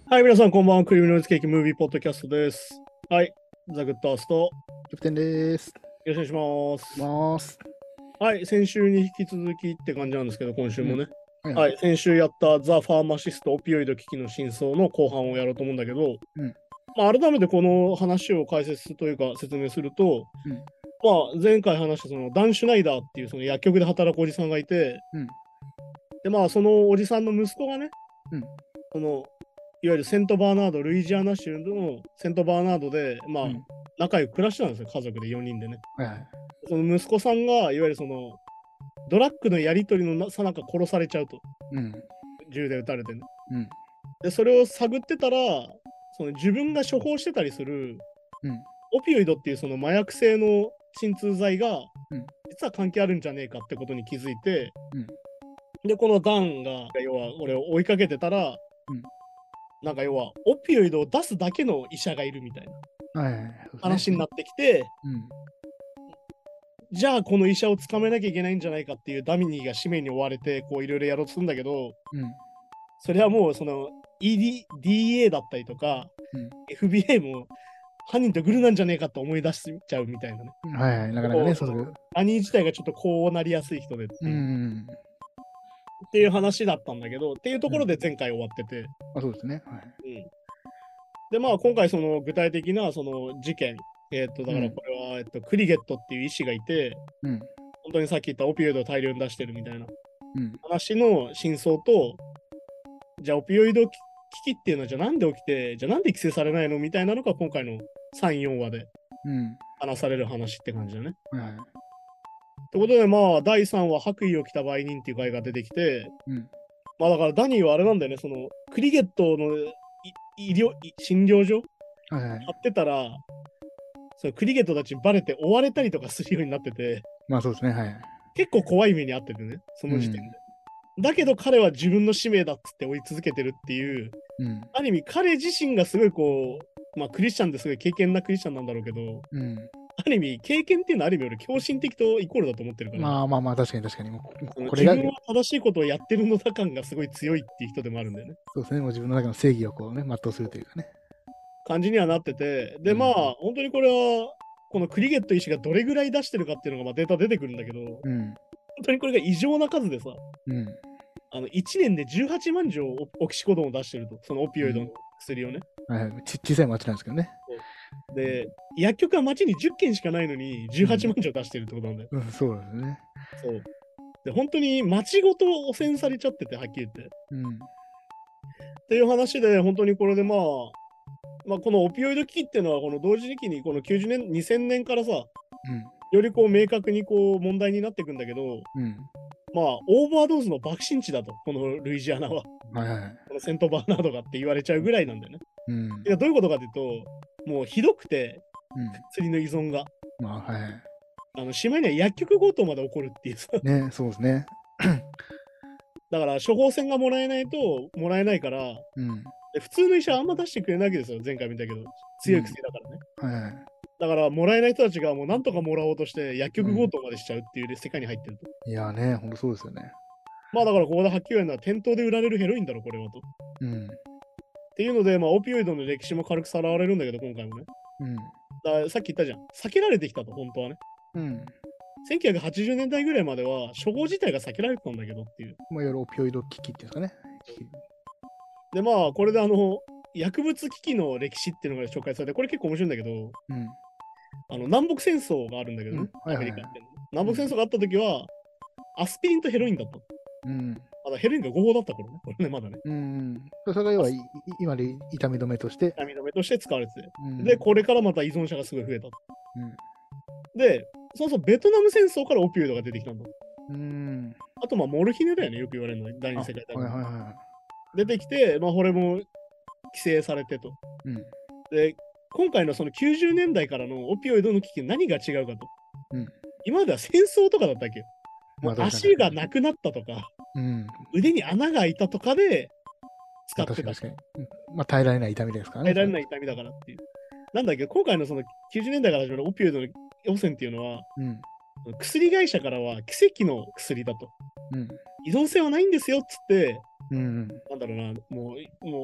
はい、皆さん、こんばんは。クリームノイズケーキムービーポッドキャストです。はい、ザ・グッドアースト、よキャプテンです。 ろしくお願いします。 ます。 はい、先週に引き続きって感じなんですけど、今週うん。 もね。 はいはい。 はい、先週やったザ・ファーマシスト・オピオイド危機の真相の後半をやろうと思うんだけど、 うん。 まあ、改めてこの話を解説というか説明すると、 うん。 まあ、前回話したそのダン・シュナイダーっていうその薬局で働くおじさんがいて、 うん。 で、まあ、そのおじさんの息子がね、 うん。 そのいわゆるセントバーナード、ルイジアナ州のセントバーナードで、まあ、 うん。 仲良く暮らしてたんですよ、家族で4人でね。 はいはい。 その息子さんが、いわゆるその、ドラッグのやり取りのさなか殺されちゃうと、 うん。 銃で撃たれてね。 うん。 で、それを探ってたら、その自分が処方してたりする、 うん。 オピオイドっていうその麻薬性の鎮痛剤が、 うん。 実は関係あるんじゃねえかってことに気づいて、 うん。 で、このダンが、要は俺を追いかけてたら、 うん。 なんか要は、オピオイドを出すだけの医者がいるみたいなはいはいはい。そうですね。 話になってきて、 うん。 じゃあこの医者をつかめなきゃいけないんじゃないかっていうダミニーが使命に追われて、こういろいろやろうとするんだけど、 うん。 それはもうその DA だったりとか、 うん。 FBI も犯人とグルなんじゃねえかと思い出しちゃうみたいなね。 はいはい。なかなかね、 こうそのそうする。 アニー自体がちょっとこうなりやすい人でっうていう、 ん。 っていう話だったんだけど、っていうとうん。 ころで前回終わってて、 あ、そうですね。はい。 うん、で、まあ今回その具体的なその事件、だからうん。 これは、クリゲットっていう医師がいて、 うん。 本当にさっき言ったオピオイドを大量に出してるみたいなうん。 話の真相と、じゃあオピオイド危機っていうのはじゃあなんで起きて、じゃあなんで規制されないのみたいなのが今回の3、4話でうん。 話される話って感じだね。 はいはい。 ということで、まあ、第3話、白衣を着た売人っていう回が出てきて、 うん。 まあだからダニーはあれなんだよね、そのクリゲットの診療所はいはい。 貼ってたら、そのクリゲットたちにバレて追われたりとかするようになってて、 まあそうですね。はい。 結構怖い目に遭っててね、そうん。 の時点で。だけど彼は自分の使命だっつって追い続けてるっていう、 うん。 ある意味彼自身がすごいこう、まあクリスチャンですごい敬虔なクリスチャンなんだろうけど、 うん。 ある意味経験っていうのはある意味俺狂信的とイコールだと思ってるから、 まあまあまあ、確かに確かに。もうそのこれが、 自分は正しいことをやってるのだ感がすごい強いっていう人でもあるんだよね。 そうですね。もう自分の中の正義をこうね、全うするというかね。 感じにはなってて、で、まうん。 あ、本当にこれは、このクリゲット医師がどれぐらい出してるかっていうのがまあデータ出てくるんだけど、本うん。 当にこれが異常な数でさ、 うん。 1年で18万錠オキシコドンを出してると、そのオピオイドのうん。 薬をね。 はいはい。小さい町なんですけどね。 で、薬局は町に10軒しかないのに18 うん。 万錠出してるってことなんだよ。 うん、そうですね。 そう。で、本当に町ごと汚染されちゃってて、はっきり言って。っうん。 ていう話で、本当にこれでまあ、このオピオイド危機っていうのは、この同時期にこの90年、2000年からさ、 うん。 よりこう明確にこう問題になっていくんだけど、 うん。 まあ、オーバードーズの爆心地だと、このルイジアナは。 はいはい。 このセントバーナードがって言われちゃうぐらいなんだよね。 うん。 いや、どういうことかというと、もうひどくて、 うん。 薬の依存が。 まあ、はいはい。 しまいには薬局強盗まで起こるっていうさ。 ね、そうですね。 だから、処方箋がもらえないと、もらえないから、 うん。 で普通の医者はあんま出してくれないわけですよ。前回見たけど。強いうん。 薬だからね。 はいはい。 だから、もらえない人たちがもうなんとかもらおうとして、薬局強うん。 盗までしちゃうっていう世界に入ってると。 いやね、ほんとそうですよね。 まあだからここではっきり言うのは店頭で売られるヘロインだろ、これはと。っうん。 ていうので、まあオピオイドの歴史も軽くさらわれるんだけど、今回もね。 うん。 だからさっき言ったじゃん。避けられてきたと、本当はね。 うん。 1980年代ぐらいまでは処方自体が避けられてたんだけどっていう。 まあ、いわゆるオピオイド危機っていうんですかね。 で、まあこれで薬物危機の歴史っていうのが紹介されて、これ結構面白いんだけど、 うん。 南北戦争があるんだけどね、 うん。はいアメはいはい。 リカって。南北戦争があった時は、アスピリンとヘロインだった。 うん。 まだヘロインが合法だった頃ね、これね、まだね。 うん。それが要は、今で痛み止めとして、 痛み止めとして使われてて。で、 うん。 これからまた依存者がすごい増えた。 うん。 で、そうそう、ベトナム戦争からオピオイドが出てきたんだ。 うん。 あと、まあ、モルヒネだよね、よく言われるのは、第あ、 二次世界大はいはい戦。 は出てきて、まあ、これも規制されてと。 い。うん。 で、今回のその90年代からのオピオイドの危機、何が違うかと。 うん。 今までは戦争とかだったっけよ。もうまあ、確かに足確かに。 がなくなったとか、 うん。 腕に穴が開いたとかで使まあ、 ってた。 確かに確かに。うん。まあ、耐えられない痛みですからね、 耐えらそれ。 れない痛みだからっていう。なんだっけ、今回のその90年代から始まるオピオイドの汚染っていうのは、 うん。 薬会社からは奇跡の薬だと。 うん。 依存性はないんですよっつって、 うん。 なんだろうな、もう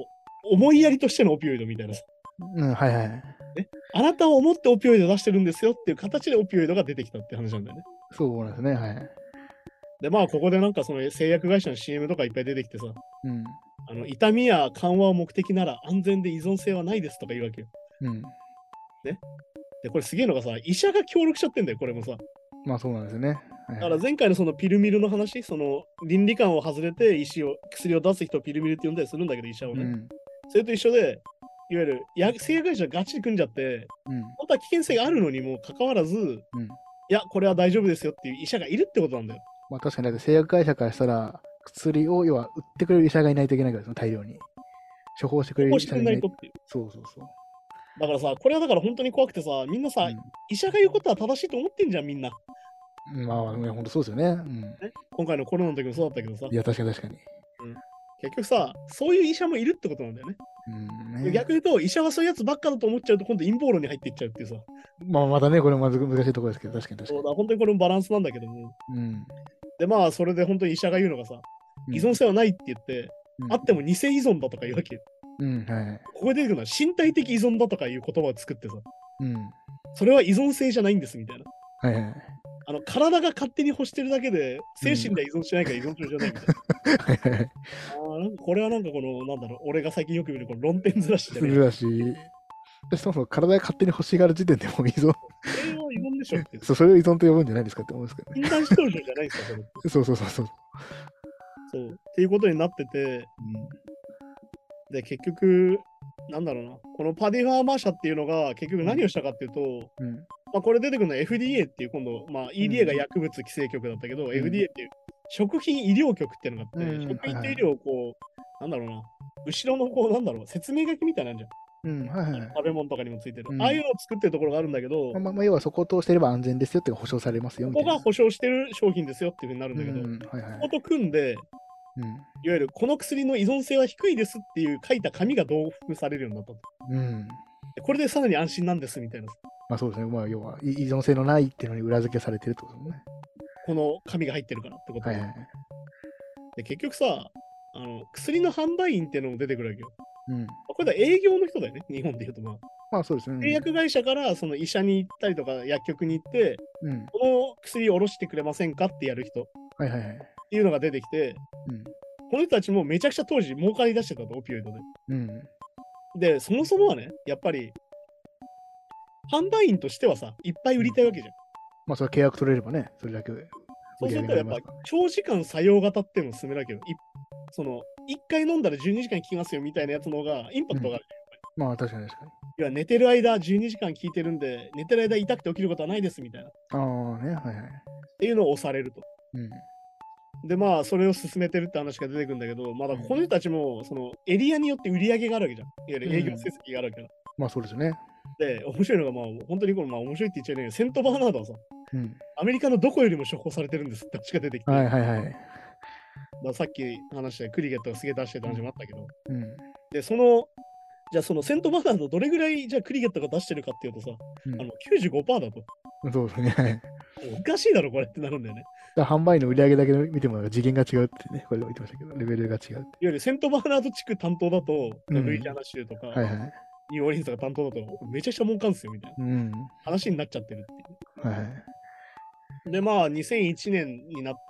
思いやりとしてのオピオイドみたいな。 うん、はいはい。 ね、あなたを思ってオピオイド出してるんですよっていう形でオピオイドが出てきたって話なんだよね。 そうなんですね、はい。 で、まあ、ここでなんかその製薬会社の CM とかいっぱい出てきてさ、 うん、 痛みや緩和を目的なら安全で依存性はないですとか言うわけよ。 うん。 ね。で、これすげえのがさ、医者が協力しちゃってんだよ、これもさ。 まあそうなんですよね。はいはい。 だから前回のそのピルミルの話、その倫理観を外れて薬を出す人をピルミルって呼んだりするんだけど、医者をね。 うん、 それと一緒で、いわゆる製薬会社がガチで組んじゃって、 うん、 本当は危険性があるのにもかかわらず、 うん。 いや、これは大丈夫ですよっていう医者がいるってことなんだよ。 まあ確かに、だって製薬会社からしたら、薬を要は売ってくれる医者がいないといけないからですね、大量に。処方してくれるこうしてくれ医者がいない。 ないとっていう。 そうそうそう。 だからさ、これはだから本当に怖くてさ、みんなさ、医者が言うことは正しいと思ってんじゃん、みんな。 うん。まあ、本当そうですよね。うん。 ね、今回のコロナの時もそうだったけどさ、 いや、確かに確かに。 うん、結局さ、そういう医者もいるってことなんだよね。 うんね。 逆に言うと、医者はそういうやつばっかだと思っちゃうと、今度陰謀論に入っていっちゃうっていうさ、 まあ、またね、これも難しいところですけど、確かに確かに。 そうだ、本当にこれもバランスなんだけども。 うん。 で、まあ、それで本当に医者が言うのがさ、 うん依存性はないって言って、 うん、 あっても偽依存だとか言うわけよ。 うん、はいはい。 ここで出てくるのは身体的依存だとかいう言葉を作ってさ、 うん。 それは依存性じゃないんですみたいな。 はいはい。 体が勝手に欲してるだけで、 うん精神では依存しないから依存症じゃないみたいな。 はいはいはい。 なんかこれはなんかこの、なんだろう、俺が最近よく見るこの論点ずらしじゃねえ。 するだし、そもそも体が勝手に欲しがる時点でもう依存、 それは依存でしょって。 そう、それを依存と呼ぶんじゃないですかって思うんですけどね。 禁断症状じゃないですか、それって。 そうそうそうそう。 そう。っていうことになってて、で、結局、なんだろうな、このパディファーマー社っていうのが結局何をしたかっていうと、 うん。 まあ、これ出てくるのは FDA っていう今度、まあ、EDA が薬物規制局だったけど、FDA っていう食品医療局っていうのがあって、食品と医療をこう、なんだろうな、後ろのこう、なんだろう、説明書きみたいなんじゃん。 うん、はいはい。 食べ物とかにもついてる。 うん、 ああいうのを作ってるところがあるんだけど、 要はそこを通していれば安全ですよって保証されますよここみたいな。 が保証してる商品ですよっていうふうになるんだけど、 うん、はいはい。 ここと組んで、いわゆるこの薬の依存性は低いですっていう書いた紙が同封されるようになったと。 うん。 これでさらに安心なんですみたいな。 まあそうですね。まあ要は依存性のないっていうのに裏付けされてるってことですね。 この紙が入ってるからってことで。 はいはい。 で、結局さ、薬の販売員っていうのも出てくるわけよ。 うん。 これは営業の人だよね、日本で言うと。まあ、 まあそうですね。 製薬会社からその医者に行ったりとか薬局に行って、 うん。 この薬を下ろしてくれませんかってやる人っはいはいはい。 ていうのが出てきて、 うん。 この人たちもめちゃくちゃ当時儲かり出してたと、オピオイドで。 うん。 で、そもそもはね、やっぱり販売員としてはさ、いっぱい売りたいわけじゃん。 まあそれ契約取れればね、それだけそうするとやっぱ長時間作用型っていうのを進めるわけよ。その1回飲んだら12時間効きますよみたいなやつの方がインパクトがある。 まあ確かに確かに。 いや、寝てる間12時間効いてるんで、寝てる間痛くて起きることはないですみたいな。 ああね、はいはい。 っていうのを押されると。で、まあ、それを進めてるって話が出てくるんだけど、まだこの人たちも、そのエリアによって売り上げがあるわけじゃん。いわゆる営業成績があるわけだ。 まあそうですね。 で、面白いのが、まあ、本当にこの、まあ、面白いって言っちゃいないけど、セントバーナードはさ、アメリカのどこよりも処方されてるんですって話が出てきて、 はいはいはい。 ださっき話したクリゲットがすげえ出してた話もあったけど、 うん。 で、じゃあそのセントバーナードどれぐらいじゃあクリゲットが出してるかっていうとさ、95% だと。 そうですね。 おかしいだろ、これってなるんだよね。 販売の売り上げだけ見ても次元が違うってね、これ言ってましたけど、レベルが違う。いわゆるセントバーナード地区担当だと、ルイジアナ州とか、 はいはい。 ニューオーリンズが担当だと、めちゃくちゃ儲かんすよみたいな話になっちゃってるっていう。 はいはい。 で、まあ、2001年になって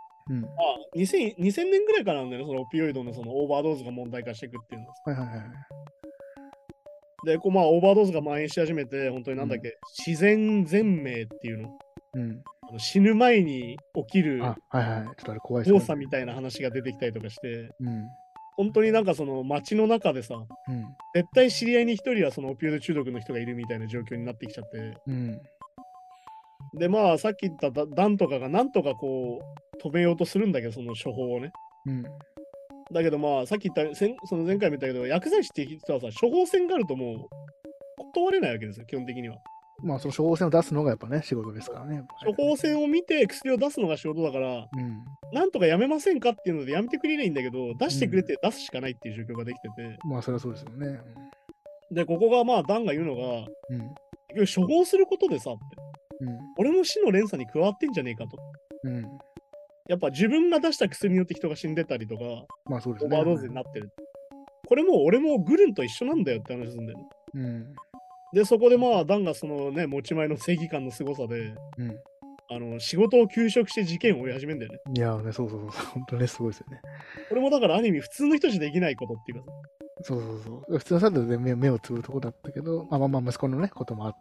、2000年ぐらいからなんだよね、そのオピオイドのそのオーバードーズが問題化していくっていうのは。 はいはいはい。 で、まあ、オーバードーズが蔓延し始めて、本当になんだっけ、自然全命っていうの。死ぬ前に起きる動作みたいな話が出てきたりとかして、本当になんかその街の中でさ、絶対知り合いに一人はそのオピオイド中毒の人がいるみたいな状況になってきちゃって、で、まあ、さっき言ったダンとかがなんとかこう、止めようとするんだけど、その処方をね。だけどまあ、さっき言った、その前回も言ったけど、薬剤師って人はさ、処方箋があるともう断れないわけですよ、基本的には。 まあ、その処方箋を出すのがやっぱね、仕事ですからね。 処方箋を見て薬を出すのが仕事だから、なんとかやめませんかっていうのでやめてくれりゃいいんだけど、出してくれて出すしかないっていう状況ができてて。 まあ、それはそうですよね。 で、ここがまあ、ダンが言うのが、処方することでさって、俺の死の連鎖に加わってんじゃねえかと。やっぱ自分が出した薬によって人が死んでたりとか、 まあそうですね、 オーバードーズになってる。 これも俺もグルンと一緒なんだよって話するんだよね。 うん。 で、そこでまあ、ダンがそのね、持ち前の正義感の凄さで、仕事を休職して事件を追い始めるんだよね。 いやね、そう、本当ね、すごいですよね。 これもだからある意味、普通の人じゃできないことっていうかさ。 そう。普通のサイドで目をつぶるとこだったけど、まあ、息子のね、こともあって、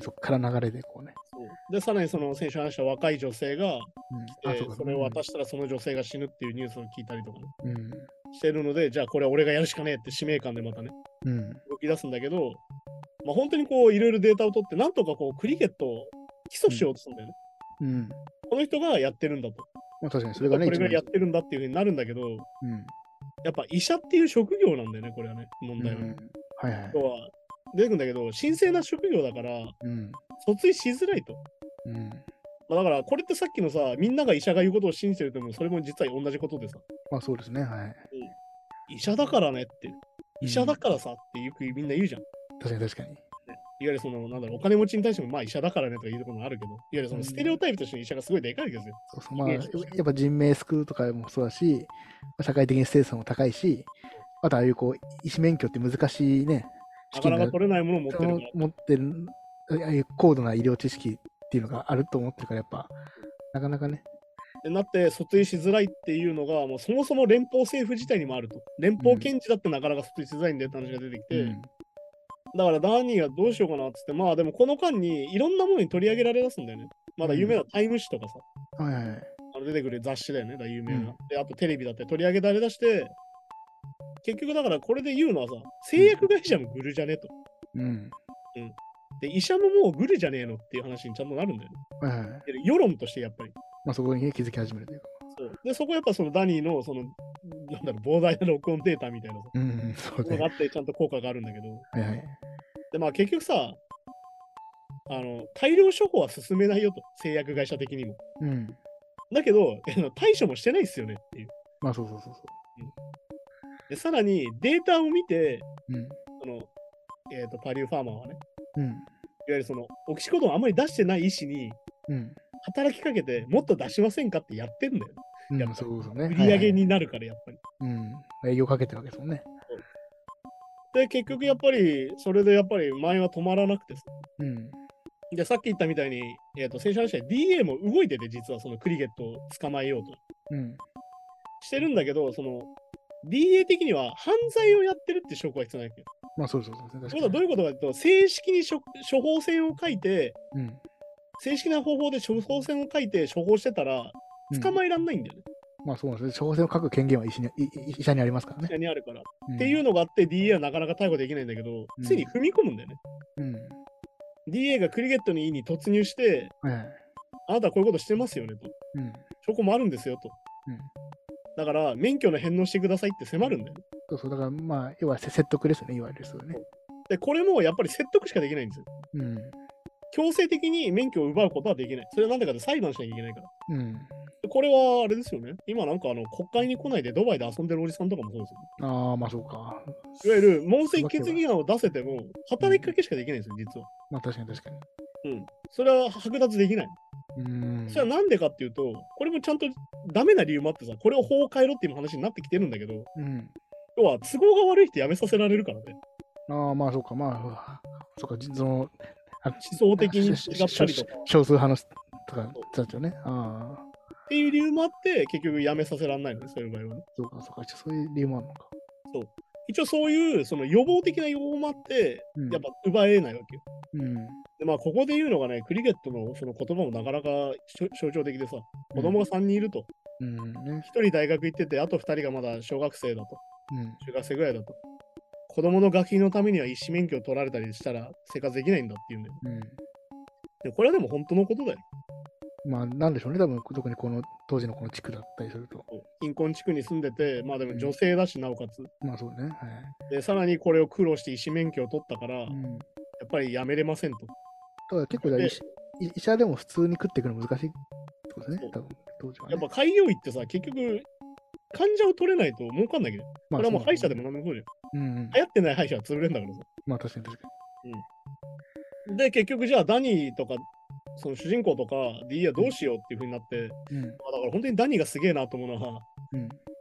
そこから流れでこうね。 で、さらにその先週話した若い女性が来て、それを渡したらその女性が死ぬっていうニュースを聞いたりとかね。してるので、じゃあこれは俺がやるしかねえって使命感でまたね、動き出すんだけど、まあ本当にこういろいろデータを取って、なんとかこうクリケットを基礎しようとするんだよね。この人がやってるんだと。 まあ確かにそれがね、 これがやってるんだっていうふうになるんだけど、やっぱ医者っていう職業なんだよね、これはね、問題は。 はいはい。 とは出てくるんだけど、神聖な職業だから、訴追しづらいと。まあ、だからこれってさっきのさ、みんなが医者が言うことを信じてるともそれも実は同じことでさ。 まあそうですね、はい。 医者だからねって、医者だからさってよくみんな言うじゃん。 確かに。 いわゆるその、なんだろう、お金持ちに対してもまあ医者だからねとか言うところもあるけど、いわゆるそのステレオタイプとしての医者がすごいでかいですよ。 まあ、やっぱ人命救うとかもそうだし、社会的にステータスも高いし、あとああいうこう、医師免許って難しいね、 なかなか取れないものを持ってるから。 持ってる、ああいう高度な医療知識っていうのがあると思ってるから、やっぱ、なかなかね。 でなって、訴追しづらいっていうのが、もうそもそも連邦政府自体にもあると。連邦検事だってなかなか訴追しづらいんだよって話が出てきて、だからダーニーがどうしようかなっつって、まあでもこの間にいろんなものに取り上げられだすんだよね。まだ有名なタイム誌とかさ、出てくる雑誌だよね、だ有名な。で、あとテレビだって取り上げられだして、結局だからこれで言うのはさ、製薬会社もグルじゃねと。で、医者ももうグルじゃねえのっていう話にちゃんとなるんだよね。世論としてやっぱり。 まあそこに気づき始めるというか。 で、そこやっぱそのダニーのその、なんだろう、膨大な録音データみたいなのがあってちゃんと効果があるんだけど。で、まあ結局さ、大量処方は進めないよと、製薬会社的にも。だけど、対処もしてないっすよねっていう。 まあそう。 で、さらにデータを見て、その、パリューファーマーはね、いわゆるその、オキシコドンあんまり出してない医師に、働きかけて、もっと出しませんかってやってんだよ。やっぱ売り上げになるから、やっぱり。 営業かけてるわけですもんね。 で、結局やっぱり、それでやっぱり前は止まらなくてさ。で、さっき言ったみたいに、先週話した DA も動いてて、実はそのクリゲットを捕まえようと。してるんだけど、その、DA 的には犯罪をやってるって証拠は必要ないけど。 まあそう。 どういうことかというと、正式に処方箋を書いて、正式な方法で処方箋を書いて処方してたら、捕まえらんないんだよね。 まあそうなんですね。処方箋を書く権限は医者にありますからね。 医者にあるから。っていうのがあって、DA はなかなか逮捕できないんだけど、ついに踏み込むんだよね。DA がクリゲットに突入して、あなたはこういうことしてますよねと。証拠もあるんですよと。だから、免許の返納してくださいって迫るんだよね。 だからまあ、要は説得ですよね、いわゆるそうね。 で、これもやっぱり説得しかできないんですよ。強制的に免許を奪うことはできない。それはなんでかって裁判しなきゃいけないから。これはあれですよね。今なんか国会に来ないでドバイで遊んでるおじさんとかもそうですよね。 ああ、まあそうか。 いわゆる問責決議案を出せても、働きかけしかできないんですよ、実は。 まあ確かに。 それは剥奪できない。それはなんでかっていうと、これもちゃんとダメな理由もあってさ、これを法を変えろっていう話になってきてるんだけど、要は都合が悪い人やめさせられるからね。 ああ、まあそうか、その、 思想的に違ったりとか。 少数派のとか、だったよね。 っていう理由もあって、結局やめさせられないのね、そういう場合はね。 そうか、そういう理由もあるのか。 そう。一応そういうその予防的な予防もあって、やっぱ奪えないわけよ。で、まあ、ここで言うのがね、クリケットのその言葉もなかなか象徴的でさ、子供が3人いると。1人大学行ってて、あと2人がまだ小学生だと。中学生ぐらいだと。子供の学費のためには医師免許を取られたりしたら生活できないんだっていうんだよ。でこれはでも本当のことだよ。 まあ、なんでしょうね、多分特にこの当時のこの地区だったりすると。 貧困地区に住んでて、まあでも女性だし、なおかつ。 まあそうね。 で、さらにこれを苦労して医師免許を取ったから、やっぱりやめれませんと。 だから結構医者でも普通に食っていくの難しいってことですね、多分当時は、ね。 やっぱ開業医ってさ、結局、患者を取れないと儲かんないけど、これはもう歯医者でも何でもそうじゃん。流行ってない歯医者は潰れるんだからさ。 まあ確かに。 で、結局じゃあダニーとか、その主人公とか D はどうしようっていう風になって、だから本当にダニーがすげえなと思うのは、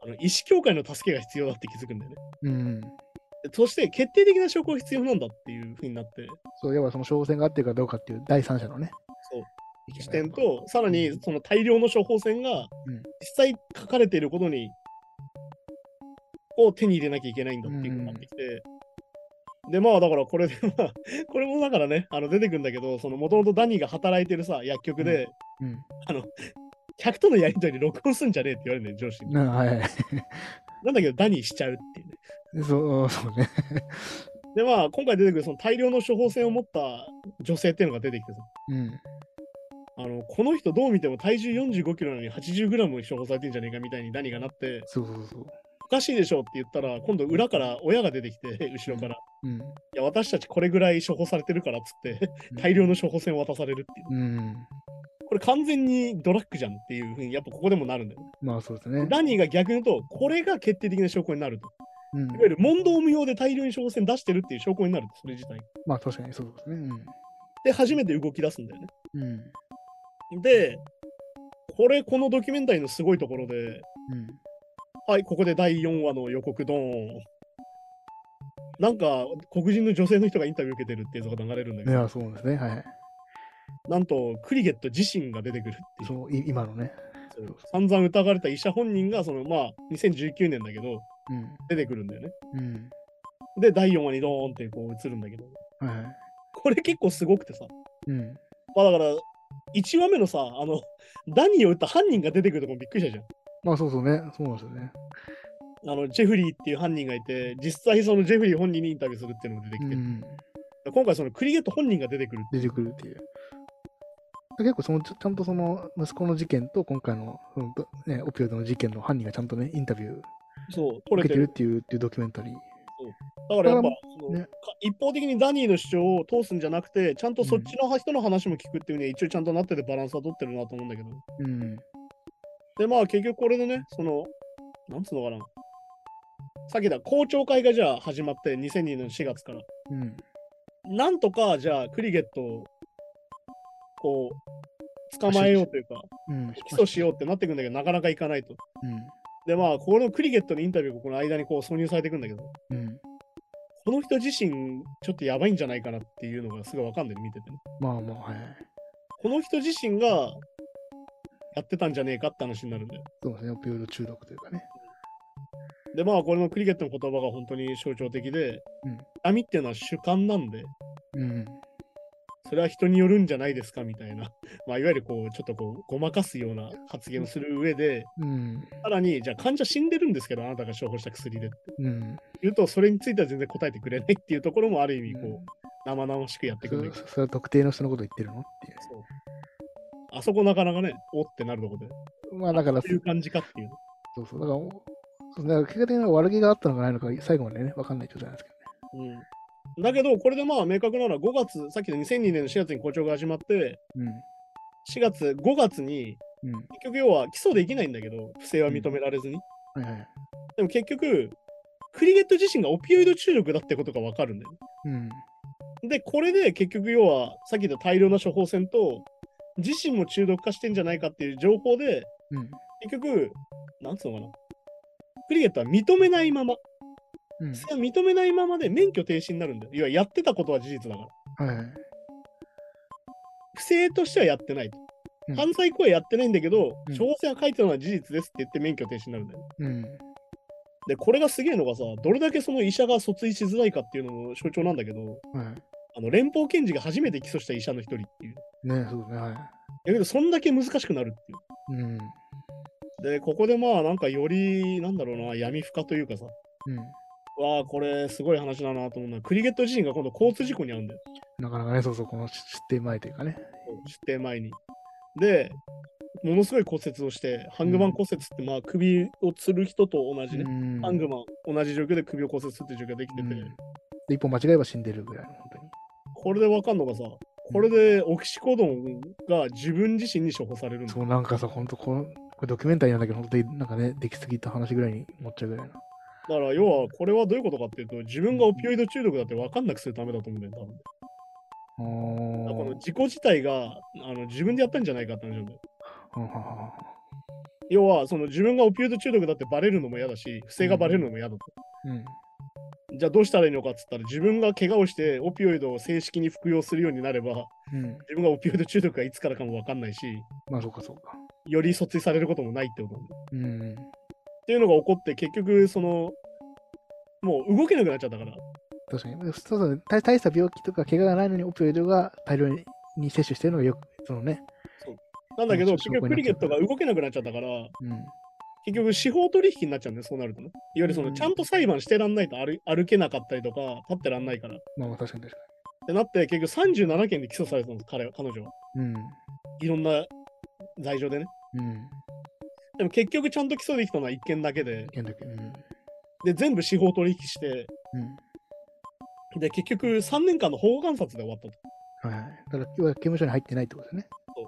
意思境界の助けが必要だって気づくんだよね。 うん。 そして決定的な証拠が必要なんだっていうふうになって。 そう、要はその処方箋が合ってるかどうかっていう第三者のね。 そう。視点と、さらにその大量の処方箋が実際書かれていることに、を手に入れなきゃいけないんだっていうことになってきて、で、まあだからこれで、まあ、これもだからね、出てくるんだけど、そのもともとダニーが働いてるさ、薬局で、客とのやりとりで録音すんじゃねえって言われるんだよ、上司に。 はい。 なんだけど、ダニーしちゃうっていうね。そうね。 で、まあ、今回出てくるその大量の処方箋を持った女性っていうのが出てきてさ、この人どう見ても体重45キロなのに80グラム処方されてんじゃねえかみたいにダニーがなって、 そう。 おかしいでしょって言ったら、今度裏から親が出てきて、後ろから。いや、私たちこれぐらい処方されてるからっつって、大量の処方箋を渡されるっていう。これ完全にドラッグじゃんっていうふうに、やっぱここでもなるんだよね。 まあそうですね。 ダニーが逆に言うと、これが決定的な証拠になると。いわゆる問答無用で大量に処方箋出してるっていう証拠になると、それ自体。 まあ確かにそうですね。 で、初めて動き出すんだよね。で、このドキュメンタリーのすごいところで、はい、ここで第4話の予告ドーン。なんか、黒人の女性の人がインタビュー受けてるっていうのが流れるんだけど。 いや、そうですね。はい。 なんと、クリゲット自身が出てくるっていう。 そう、今のね。 散々疑われた医者本人が、2019年だけど、出てくるんだよね。で、第4話にドーンってこう映るんだけど。これ結構すごくてさ。まあだから、1話目のさ、ダニーを撃った犯人が出てくるとこもびっくりしたじゃん。 まあそうそうね。そうなんですよね。 ジェフリーっていう犯人がいて、実際そのジェフリー本人にインタビューするっていうのも出てきて、今回そのクリゲット本人が出てくるっていう。結構ちゃんとその息子の事件と今回の、ね、オピオイドの事件の犯人がちゃんとね、インタビュー受けてるっていうドキュメンタリー。 だからやっぱ、一方的にダニーの主張を通すんじゃなくて、ちゃんとそっちの人の話も聞くっていうね、一応ちゃんとなっててバランスは取ってるなと思うんだけど。で、まあ結局これでね、なんつうのかな。さっきだ、公聴会がじゃあ始まって、2002年の4月から。なんとか、じゃあクリゲットを、こう、捕まえようというか、起訴しようってなってくんだけど、なかなかいかないと。で、まあ、このクリゲットのインタビューがこの間にこう挿入されていくんだけど、この人自身、ちょっとやばいんじゃないかなっていうのがすごいわかんない、見ててね。 まあ、はい。 この人自身がやってたんじゃねえかって話になるんだよ。 そうですね、オピオイド中毒というかね。 で、まあ、これのクリゲットの言葉が本当に象徴的で、痛みっていうのは主観なんで、それは人によるんじゃないですかみたいな、まあ、いわゆるこう、ちょっとこう、ごまかすような発言をする上で、さらに、じゃあ患者死んでるんですけど、あなたが処方した薬でって、言うと、それについては全然答えてくれないっていうところもある意味、こう、生々しくやってくるんだけど。 それは特定の人のこと言ってるのっていう。 そう。あそこなかなかね、おってなるとこで。 まあだから、 そういう感じかっていう。 そう。だから結果的に悪気があったのかないのか、最後までね、分かんない状態なんですけどね。だけど、これでまあ明確なのは5月、さっきの2002年の4月に公聴が始まって、4月、5月に、結局要は起訴できないんだけど、不正は認められずに。でも結局、クリゲット自身がオピオイド中毒だってことが分かるんだよね。で、これで結局要は、さっきの大量の処方箋と、自身も中毒化してんじゃないかっていう情報で、結局、なんつうのかな。クリゲットは認めないまま、それは認めないままで免許停止になるんだよ。いわゆるやってたことは事実だから。不正としてはやってないと。犯罪行為はやってないんだけど、処方箋が書いてたのは事実ですって言って免許停止になるんだよ。で、これがすげえのがさ、どれだけその医者が訴追しづらいかっていうのの象徴なんだけど、連邦検事が初めて起訴した医者の一人っていう。 ね、そうね、 だけど、そんだけ難しくなるっていう。で、ここでまあ、なんかより、なんだろうな、闇深というかさ、わあ、これすごい話だなと思うのは、クリゲット自身が今度交通事故に遭うんだよ。 なかなかね、そう、この出廷前というかね。 出廷前に。で、ものすごい骨折をして、ハングマン骨折って、まあ、首をつる人と同じね、ハングマン、同じ状況で首を骨折するっていう状況ができてて、 で、一歩間違えば死んでるぐらいの、本当に。 これでわかんのがさ、これでオキシコドンが自分自身に処方されるんだ。 そう、なんかさ、本当これドキュメンタリーなんだけど、本当になんかね、できすぎた話ぐらいに思っちゃうぐらいな。 だから要はこれはどういうことかっていうと、自分がオピオイド中毒だって分かんなくするためだと思うんだよ、多分。この事故自体が自分でやったんじゃないかって話なんだよ。 要は、その自分がオピオイド中毒だってバレるのも嫌だし、不正がバレるのも嫌だと。じゃあどうしたらいいのかっつったら、自分が怪我をしてオピオイドを正式に服用するようになれば、自分がオピオイド中毒がいつからかも分かんないし、 まあそうかそうか。 より訴追されることもないってことなんだ。っていうのが起こって、結局、その、もう動けなくなっちゃったから。 確かに。そう大した病気とか怪我がないのにオピオイドが大量に摂取してるのがよく、そのね。 そうなんだけど、結局クリケットが動けなくなっちゃったから、結局司法取引になっちゃうんだよ、そうなるとね。いわゆるその、ちゃんと裁判してらんないと歩けなかったりとか、立ってらんないから。 まあ確かに確かに。 ってなって、結局37件で起訴されたんです、彼女は。いろんな罪状でね。でも結局ちゃんと起訴できたのは1件だけで、で、全部司法取引して、で、結局3年間の保護観察で終わったと。 はいはい。だから、要は刑務所に入ってないってことですね。そう。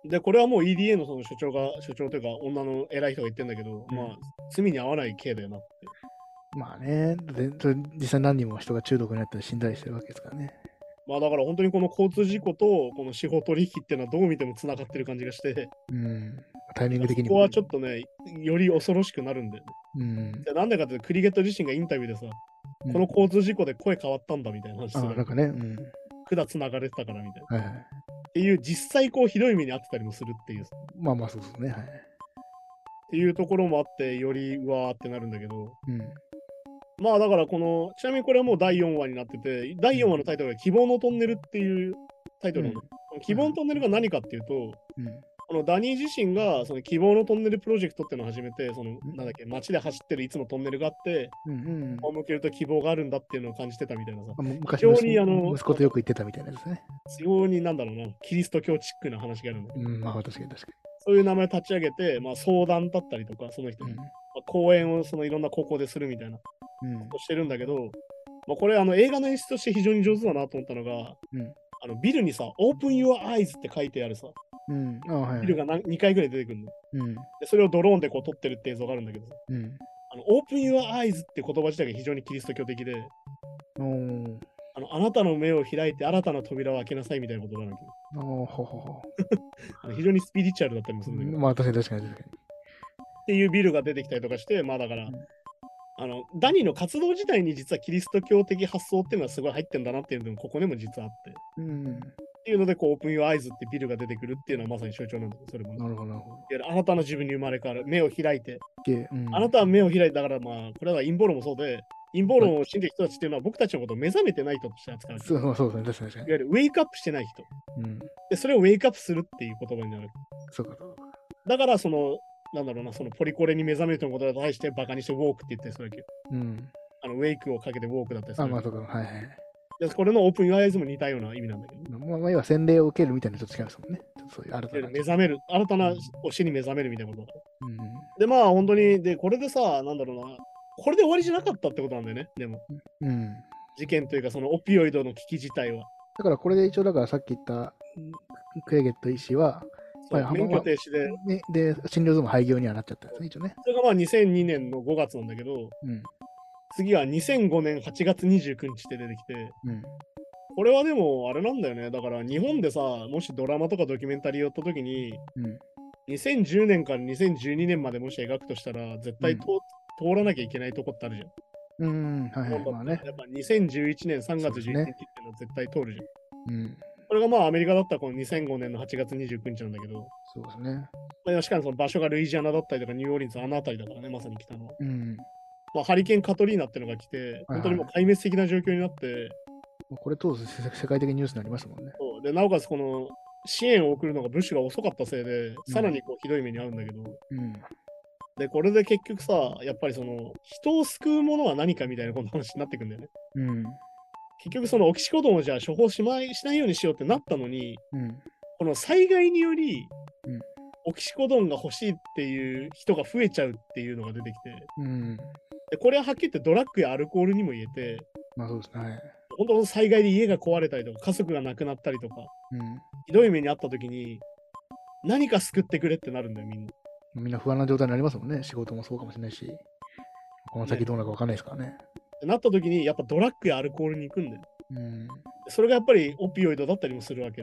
で、これはもう EDA のその所長というか、女の偉い人が言ってんだけど、まあ、罪に合わない刑だよなって。 まあね、実際何人も人が中毒になったり死んだりしてるわけですからね。 まあだから本当にこの交通事故とこの司法取引っていうのはどう見てもつながってる感じがして、 タイミング的にここはちょっとね、より恐ろしくなるんだよね。なんでかっていうと、クリゲット自身がインタビューでさ、この交通事故で声変わったんだみたいな話する。 なんかね、 管つながれてたからみたいな。っていう、実際こうひどい目に遭ってたりもするっていう。 まあまあそうですね。はい。 っていうところもあって、よりうわーってなるんだけど、まあだからちなみにこれはもう第4話になってて、第4話のタイトルが希望のトンネルっていうタイトルなの。希望のトンネルが何かっていうと、このダニー自身がその希望のトンネルプロジェクトっていうのを始めて、そのなんだっけ、街で走ってるいつもトンネルがあって、向けると希望があるんだっていうのを感じてたみたいなさ。 昔息子とよく言ってたみたいなですね。 非常になんだろうな、キリスト教チックな話があるんだけど。 まあ確かに確かに。 そういう名前を立ち上げて、まあ、相談だったりとか、その人に、講演をそのいろんな高校でするみたいなことしてるんだけど、まあ、これ映画の演出として非常に上手だなと思ったのが、ビルにさ、Open Your Eyes って書いてあるさ、ビルが2回ぐらい出てくるの、で。それをドローンでこう撮ってるって映像があるんだけどさ、Open Your Eyes って言葉自体が非常にキリスト教的で、あなたの目を開いて新たな扉を開けなさいみたいなことがあるわけ。非常にスピリチュアルだったりもするんだけど。 まあ確かに確かに。 っていうビルが出てきたりとかして、まあだから、ダニーの活動自体に実はキリスト教的発想っていうのはすごい入ってんだなっていうのもここでも実はあって。っていうので、こう、オープン・ユア・アイズってビルが出てくるっていうのはまさに象徴なんだけど、それも、ね。 なるほど、なるほど。 あなたの自分に生まれ変わる。目を開いて。あなたは目を開いて、だからまあ、これは陰謀論もそうで、陰謀論を信じる人たちっていうのは僕たちのことを目覚めてない人として扱う。 そうですね、確かに。 いわゆるウェイクアップしてない人。で、それをウェイクアップするっていう言葉になる。 そうか。 だから、なんだろうな、そのポリコレに目覚める人のことに対してバカにしてウォークって言ったりするわけよ。ウェイクをかけてウォークだったりする。 まあそうか、はいはい。 でこれのオープンユアアイズも似たような意味なんだけど。 まあ、要は洗礼を受けるみたいなちょっと違いますもんね。そういう新たな。 目覚める。新たな推しに目覚めるみたいなことだ。で、まあ本当に、で、これでさ、なんだろうな、これで終わりじゃなかったってことなんだよね、でも。事件というか、そのオピオイドの危機自体は。 だからこれで一応、だからさっき言ったクレゲット医師は、 免許停止で、で、診療所も廃業にはなっちゃったんですね、一応ね。 それがまあ2002年の5月なんだけど、次は2005年8月29日って出てきて、これはでもあれなんだよね。だから日本でさ、もしドラマとかドキュメンタリーやったときに、2010年から2012年までもし描くとしたら、絶対通らなきゃいけないとこってあるじゃん。まあね。やっぱ2011年3月11日っていうのは絶対通るじゃん。これがまあアメリカだったらこの2005年の8月29日なんだけど、 そうですね。 まあ、しかもその場所がルイジアナだったりとかニューオーリンズあの辺りだからね、まさに来たのは。まあ、ハリケーンカトリーナっていうのが来て、本当にもう壊滅的な状況になって、 これ当時世界的ニュースになりましたもんね。 そうでなおかつこの支援を送るのがブッシュが遅かったせいで、さらにこうひどい目に遭うんだけど、で、これで結局さ、やっぱりその人を救うものは何かみたいなこの話になってくんだよね。結局そのオキシコドンをじゃあ処方しないようにしようってなったのに、この災害により、オキシコドンが欲しいっていう人が増えちゃうっていうのが出てきて、でこれははっきり言ってドラッグやアルコールにも言えて、 まあそうですね。 本当災害で家が壊れたりとか、家族が亡くなったりとか、ひどい目にあった時に、何か救ってくれってなるんだよ、みんな。 みんな不安な状態になりますもんね。仕事もそうかもしれないし、この先どうなるか分かんないですからね。 なった時に、やっぱドラッグやアルコールに行くんだよ。それがやっぱりオピオイドだったりもするわけで。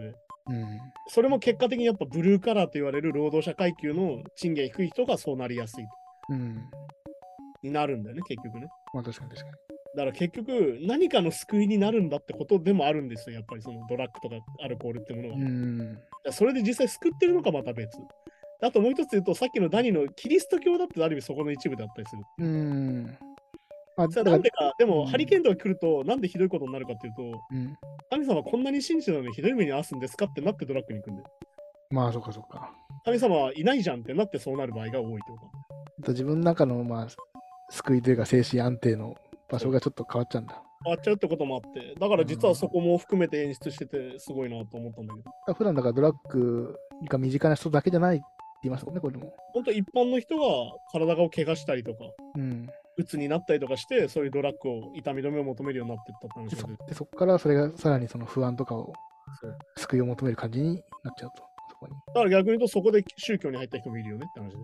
それも結果的にやっぱブルーカラーと言われる労働者階級の賃金低い人がそうなりやすいと。になるんだよね、結局ね。 まあ確かに確かに。 だから結局、何かの救いになるんだってことでもあるんですよ、やっぱりそのドラッグとかアルコールってものが。それで実際救ってるのかまた別。あともう一つ言うと、さっきのダニのキリスト教だってある意味そこの一部だったりするっていう。なんでか、でも、ハリケーンとか来ると、なんでひどいことになるかっていうと、神様はこんなに信じてたのにひどい目に遭わすんですかってなってドラッグに行くんで。 まあ、そっかそっか。 神様はいないじゃんってなってそうなる場合が多いってこと。自分の中の、まあ、救いというか精神安定の場所がちょっと変わっちゃうんだ。 変わっちゃうってこともあって、だから実はそこも含めて演出しててすごいなと思ったんだけど。 普段だからドラッグが身近な人だけじゃないって言いますもんね、これも。 本当一般の人が体を怪我したりとか、鬱になったりとかして、そういうドラッグを痛み止めを求めるようになっていったって話で、そこからそれがさらにその不安とかを救いを求める感じになっちゃうと。そこにだから逆に言うとそこで宗教に入った人もいるよねって話で。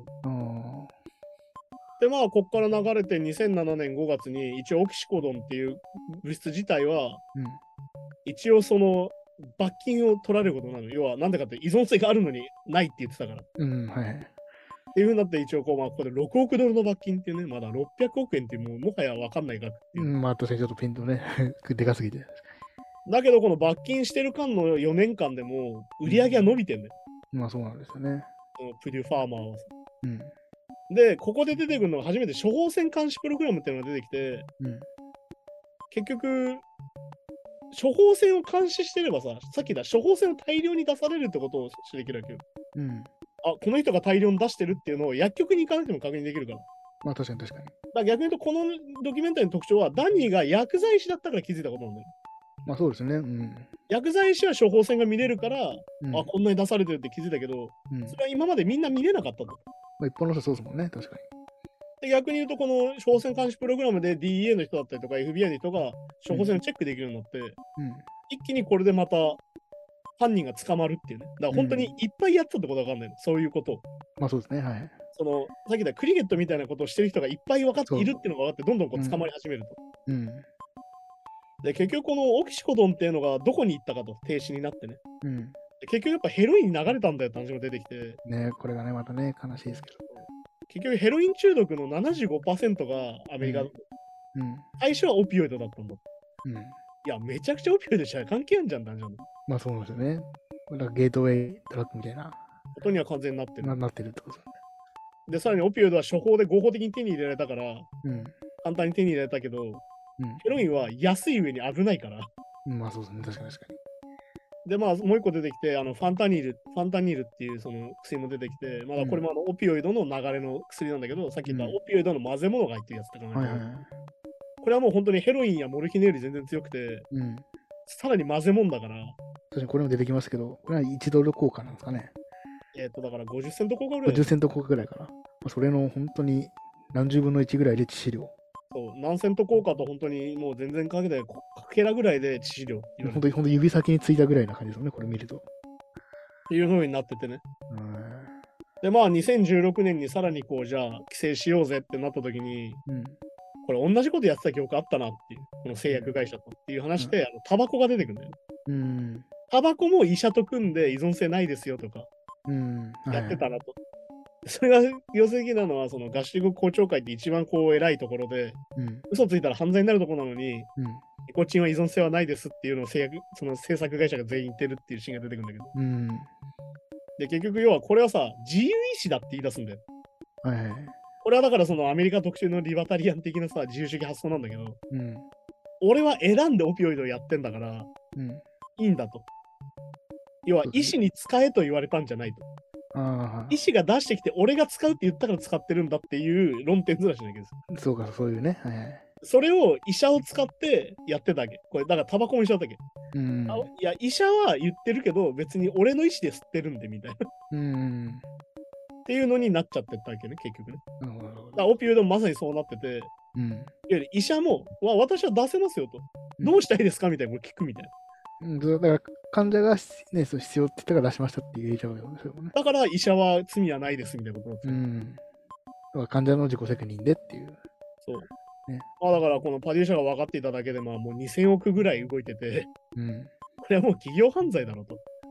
で、まあ、ここから流れて2007年5月に、一応オキシコドンっていう物質自体は、一応その罰金を取られることなの。要は、なんでかって依存性があるのにないって言ってたから。っていうふうになって、一応ここで6億ドルの罰金っていうね、まだ600億円っていう、もはや分かんない額っていう。 まあ、確かにちょっとピンとね、でかすぎて。 だけど、この罰金してる間の4年間でも、売り上げは伸びてんね。 まあ、そうなんですよね。 プデュファーマーは。で、ここで出てくるのが初めて処方箋監視プログラムっていうのが出てきて、結局、処方箋を監視してればさ、さっきだ、処方箋を大量に出されるってことをできるわけよ。この人が大量に出してるっていうのを薬局に行かなくても確認できるから。 まあ確かに確かに。 逆に言うと、このドキュメンタリーの特徴は、ダニーが薬剤師だったから気づいたことなんだよ。 まあそうですね。 薬剤師は処方箋が見れるから、こんなに出されてるって気づいたけど、それは今までみんな見れなかったと。 まあ一般の人そうですもんね、確かに。 で逆に言うと、この処方箋監視プログラムで DEA の人だったりとか FBI の人が処方箋をチェックできるようになって、一気にこれでまた犯人が捕まるっていうね。だから本当にいっぱいやったってことが分かんないの、そういうことを。 まあそうですね、はい。 さっき言ったクリケットみたいなことをしてる人がいっぱい分かっているっていうのが分かって、どんどん捕まり始めると。で、結局このオキシコドンっていうのがどこに行ったかと、停止になってね。結局やっぱヘロインに流れたんだよって話も出てきて。 ね、これがね、またね、悲しいですけど。 結局ヘロイン中毒の 75% がアメリカだと。最初はオピオイドだったんだ。いや、めちゃくちゃオピオイドじゃ関係あるじゃん、男女の。 まあそうなんですよね。ゲートウェイドラッグみたいな。 ことには完全になってる。 なってるってことで、さらにオピオイドは処方で合法的に手に入れられたから、簡単に手に入れられたけど、ヘロインは安い上に危ないから。 まあそうですね、確かに確かに。 で、まあ、もう一個出てきて、ファンタニールっていうその薬も出てきて、まだこれもオピオイドの流れの薬なんだけど、さっき言ったオピオイドの混ぜ物が入ってるやつとかね。これはもう本当にヘロインやモルヒネより全然強くて、さらに混ぜ物だから。 確かにこれも出てきますけど、これは1ドル効果なんですかね。 だから50セント効果ぐらい。 50セント効果ぐらいかな。それの本当に何十分の1ぐらいで致死量。 そう、何セント効果と本当にもう全然かけない、かけらぐらいで致死量。 本当に指先についたぐらいな感じですよね、これ見ると。 っていう風になっててね。で、まあ2016年にさらにじゃあ規制しようぜってなった時に、これ同じことやってた記憶あったなっていう、この製薬会社とっていう話で、タバコが出てくるんだよね。タバコも医者と組んで依存性ないですよとか、やってたなと。それが要請的なのは、その合衆国公聴会って一番偉いところで、嘘ついたら犯罪になるところなのに、ニコチンは依存性はないですっていうのをその制作会社が全員言ってるっていうシーンが出てくるんだけど。で、結局要はこれはさ、自由意志だって言い出すんだよ。これはだからそのアメリカ特集のリバタリアン的なさ、自由主義発想なんだけど、俺は選んでオピオイドをやってんだから、いいんだと。要は医師に使えと言われたんじゃないと。医師が出してきて、俺が使うって言ったから使ってるんだっていう論点ずらしなきゃです。 そうか、そういうね。 それを医者を使ってやってたわけ。これ、だからタバコも一緒だったわけ。いや、医者は言ってるけど、別に俺の意思で吸ってるんで、みたいな。っていうのになっちゃってったわけね、結局ね。だからオピオイドもまさにそうなってて、いわゆる医者も、私は出せますよと。どうしたいですかみたいな、聞くみたいな。 だから患者が、ね、そう必要って言ったから出しましたって言えちゃうよね。 だから医者は罪はないですみたいなことなんですよ。 だから患者の自己責任でっていう。 そう。ね、だからこのパデュー社が分かっていただけでもう2000億ぐらい動いてて、これはもう企業犯罪だろうと。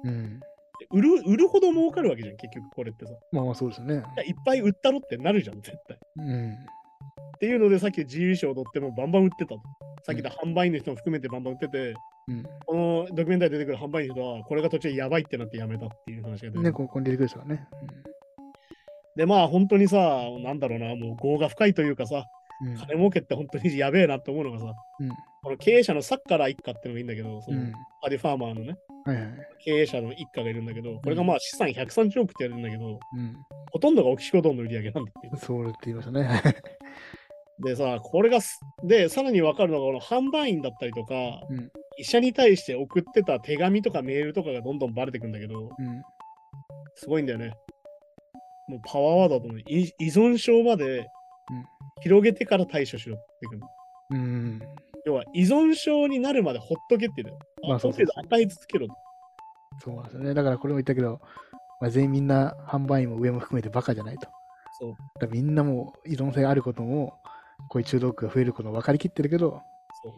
うん。 売るほど儲かるわけじゃん、結局これってさ。 まあそうですよね。 いっぱい売ったろってなるじゃん、絶対。 うん。 っていうので、さっき自由賞を取ってもバンバン売ってたと。さっき言った販売員の人も含めてバンバン売ってて、このドキュメンタリーで出てくる販売員の人は、これが途中やばいってなってやめたっていう話が出てね、ここに出てくる人はね。 で、まあ本当にさ、なんだろうな、もう業が深いというかさ、金儲けって本当にやべえなって思うのがさ、この経営者のサッカラ一家っていうのがいいんだけど、そのパディファーマーのね、経営者の一家がいるんだけど、これがまあ資産130億ってやるんだけど、ほとんどがオキシコドンの売り上げなんだっていう。 そうって言いましたね。 でさ、これがで、さらに分かるのが、この販売員だったりとか、医者に対して送ってた手紙とかメールとかがどんどんバレてくんだけど、すごいんだよね。もうパワーワードだと思う。依存症まで広げてから対処しろってくる。要は依存症になるまでほっとけって言う。まあそうそうそう。与え続けろと。 そうなんですよね。だからこれも言ったけど、まあ、全員みんな販売員も上も含めてバカじゃないと。そう。だみんなも依存性があることも、こういう中毒が増えることも分かりきってるけど、そう。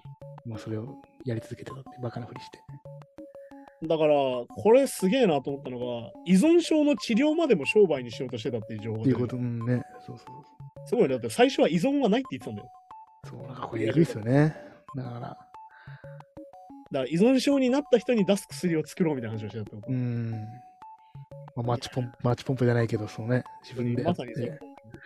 もうそれをやり続けてたってバカなふりして。 だから、これすげえなと思ったのが、依存症の治療までも商売にしようとしてたっていう情報で。っていうこと、ね。そうそう。 すごいね。だって最初は依存はないって言ってたんだよ。 そう、なんかこれえぐいっすよね。だから。 依存症になった人に出す薬を作ろうみたいな話をしてたってこと。 まあ、マッチポンプじゃないけど、そうね、自分でやって。まさにそう。